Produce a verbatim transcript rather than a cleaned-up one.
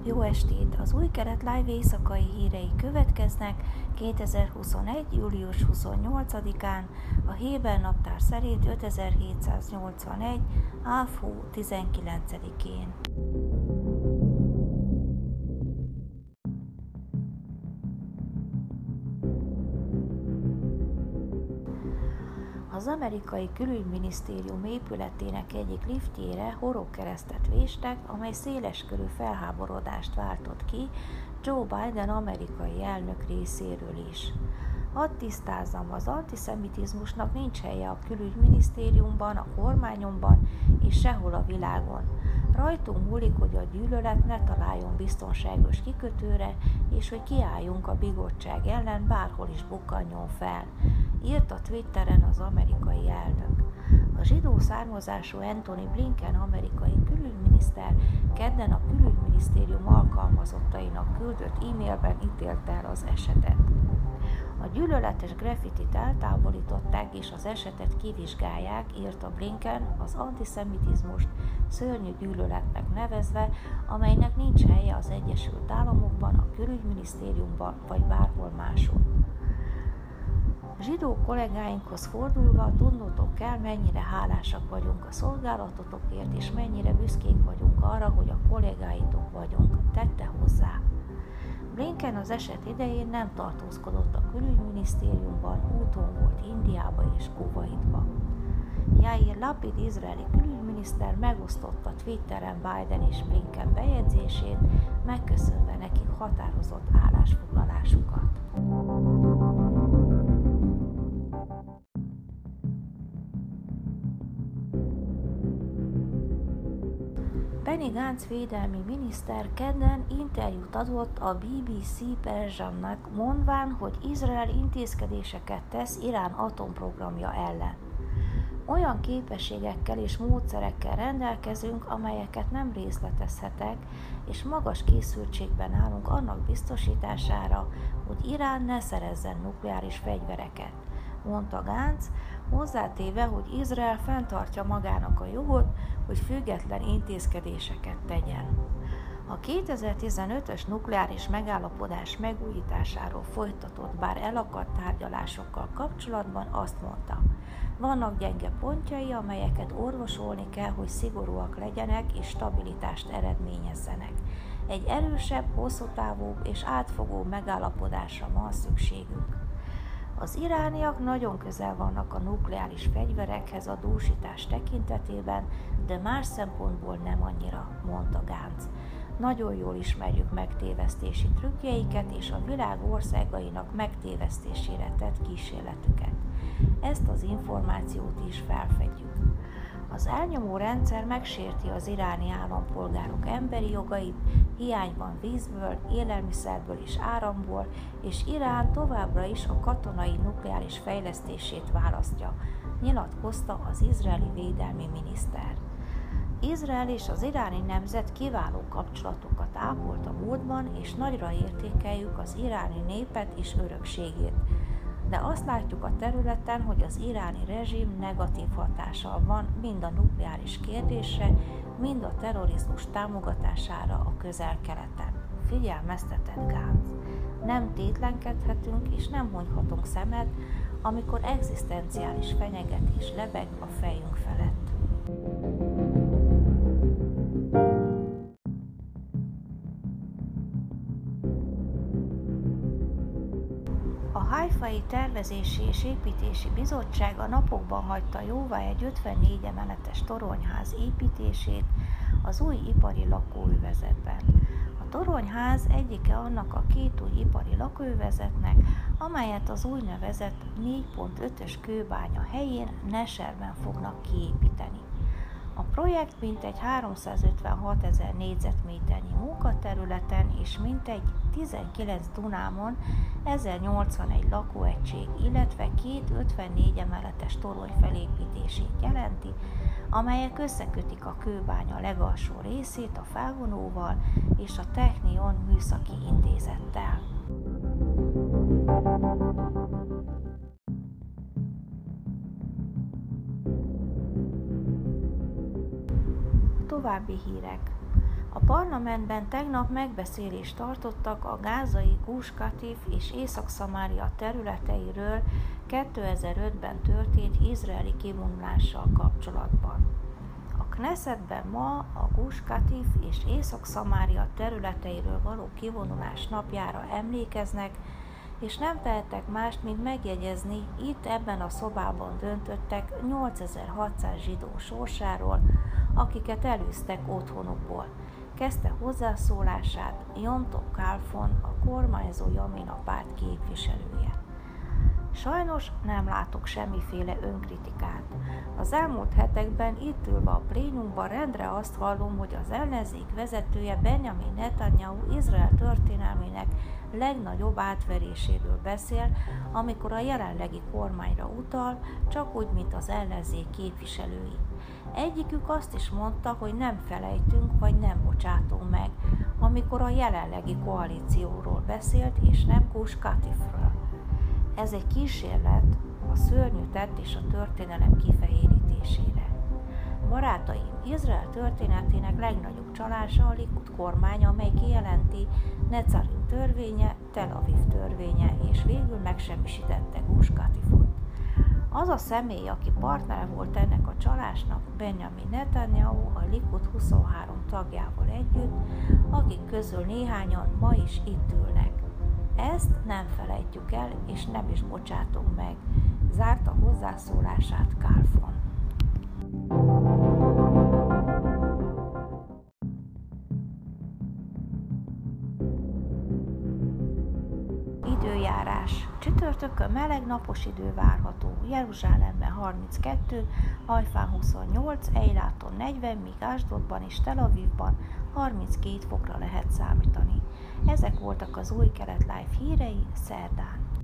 Jó estét! Az Új Kelet Live éjszakai hírei következnek kétezer-huszonegy. július huszonnyolcadikán, a Héber naptár szerint ötezer-hétszáznyolcvanegy. áv. tizenkilencedikén. Az amerikai külügyminisztérium épületének egyik liftjére horogkeresztet véstek, amely széleskörű felháborodást váltott ki Joe Biden amerikai elnök részéről is. Hadd tisztázzam, az antiszemitizmusnak nincs helye a külügyminisztériumban, a kormányomban és sehol a világon. Rajtunk múlik, hogy a gyűlölet ne találjon biztonságos kikötőre, és hogy kiálljunk a bigottság ellen, bárhol is bukkanjon fel, írt a Twitteren az amerikai elnök. A zsidó származású Antony Blinken amerikai külügyminiszter kedden a külügyminisztérium alkalmazottainak küldött e-mailben ítélte el az esetet. A gyűlöletes graffitit eltávolították és az esetet kivizsgálják, írta Blinken, az antiszemitizmust szörnyű gyűlöletnek nevezve, amelynek nincs helye az Egyesült Államokban, a külügyminisztériumban vagy bárhol máshol. Zsidó kollégáinkhoz fordulva tudnotok kell, mennyire hálásak vagyunk a szolgálatotokért, és mennyire büszkék vagyunk arra, hogy a kollégáitok vagyunk, tette hozzá. Blinken az eset idején nem tartózkodott a külügyminisztériumban, úton volt Indiába és Kuwaitba. Yair Lapid izraeli külügyminiszter megosztotta Twitteren Biden és Blinken bejegyzését, megköszönve nekik határozott állásfoglalásukat. Benny Gantz védelmi miniszter kedden interjút adott a bé bé cé Perzsamnak, mondván, hogy Izrael intézkedéseket tesz Irán atomprogramja ellen. Olyan képességekkel és módszerekkel rendelkezünk, amelyeket nem részletezhetek, és magas készültségben állunk annak biztosítására, hogy Irán ne szerezzen nukleáris fegyvereket, mondta Gantz, hozzátéve, hogy Izrael fenntartja magának a jogot, hogy független intézkedéseket tegyen. A kétezer-tizenötös nukleáris megállapodás megújításáról folytatott, bár elakadt tárgyalásokkal kapcsolatban azt mondta, vannak gyenge pontjai, amelyeket orvosolni kell, hogy szigorúak legyenek és stabilitást eredményezzenek. Egy erősebb, hosszútávú és átfogó megállapodásra van szükségünk. Az irániak nagyon közel vannak a nukleáris fegyverekhez a dúsítás tekintetében, de más szempontból nem annyira, mondta Gantz. Nagyon jól ismerjük megtévesztési trükkjeiket és a világ országainak megtévesztésére tett kísérletüket. Ezt az információt is felfedjük. Az elnyomó rendszer megsérti az iráni állampolgárok emberi jogait, hiány van vízből, élelmiszerből és áramból, és Irán továbbra is a katonai nukleáris fejlesztését választja, nyilatkozta az izraeli védelmi miniszter. Izrael és az iráni nemzet kiváló kapcsolatokat ápolt a múltban, és nagyra értékeljük az iráni népet és örökségét. De azt látjuk a területen, hogy az iráni rezsim negatív hatással van mind a nukleáris kérdésre, mind a terrorizmus támogatására a Közel-Keleten. Figyelmeztetett Gantz. Nem tétlenkedhetünk és nem hunyhatunk szemet, amikor egzisztenciális fenyegetés lebeg a fejünk felett. A Haifai Tervezési és Építési Bizottság a napokban hagyta jóvá egy ötvennégy emeletes toronyház építését az új ipari lakóövezetben. A toronyház egyike annak a két új ipari lakóövezetnek, amelyet az úgynevezett négy pont ötös kőbánya helyén Neserben fognak kiépíteni. A projekt mintegy háromszázötvenhatezer négyzetméternyi munkaterületen és mintegy tizenkilenc dunámon ezernyolcvanegy lakóegység, illetve két ötvennégy emeletes torony felépítését jelenti, amelyek összekötik a kőbánya legalsó részét a felvonóval és a Technion műszaki intézettel. További hírek. A parlamentben tegnap megbeszélést tartottak a gázai Gus Katif és Észak-Szamária területeiről kétezer-ötben történt izraeli kivonulással kapcsolatban. A Knessetben ma a Gus Katif és Észak-Szamária területeiről való kivonulás napjára emlékeznek, és nem tehettek mást, mint megjegyezni, itt ebben a szobában döntöttek nyolcezer-hatszáz zsidó sorsáról, akiket elűztek otthonukból. Kezdte hozzászólását Yom Tov Kálfon, a kormányzó Jamina párt képviselője. Sajnos nem látok semmiféle önkritikát. Az elmúlt hetekben itt ülve a plénumban rendre azt hallom, hogy az ellenzék vezetője Benjamin Netanyahu Izrael történelmének legnagyobb átveréséről beszél, amikor a jelenlegi kormányra utal, csak úgy, mint az ellenzék képviselői. Egyikük azt is mondta, hogy nem felejtünk, vagy nem bocsátunk meg, amikor a jelenlegi koalícióról beszélt, és nem Gus Katifről. Ez egy kísérlet a szörnyű tett és a történelem kifehérítésére. Barátaim, Izrael történetének legnagyobb csalása a Likud kormány, amely kijelenti Netzarim törvénye, Tel Aviv törvénye, és végül megsemmisítette Gus Katifot. Az a személy, aki partner volt ennek a csalásnak, Benjamin Netanyahu, a Likud huszonhárom tagjával együtt, akik közül néhányan ma is itt ülnek. Ezt nem felejtjük el, és nem is bocsátunk meg. Zárta hozzászólását Kálfon. Időjárás. Csütörtökön meleg napos idő várható. Jeruzsálemben harminckettő, Hajfán huszonnyolc, Eiláton negyven, míg Asdodban és Tel Avivban harminckét fokra lehet számítani. Ezek voltak az Új Kelet Live hírei szerdán.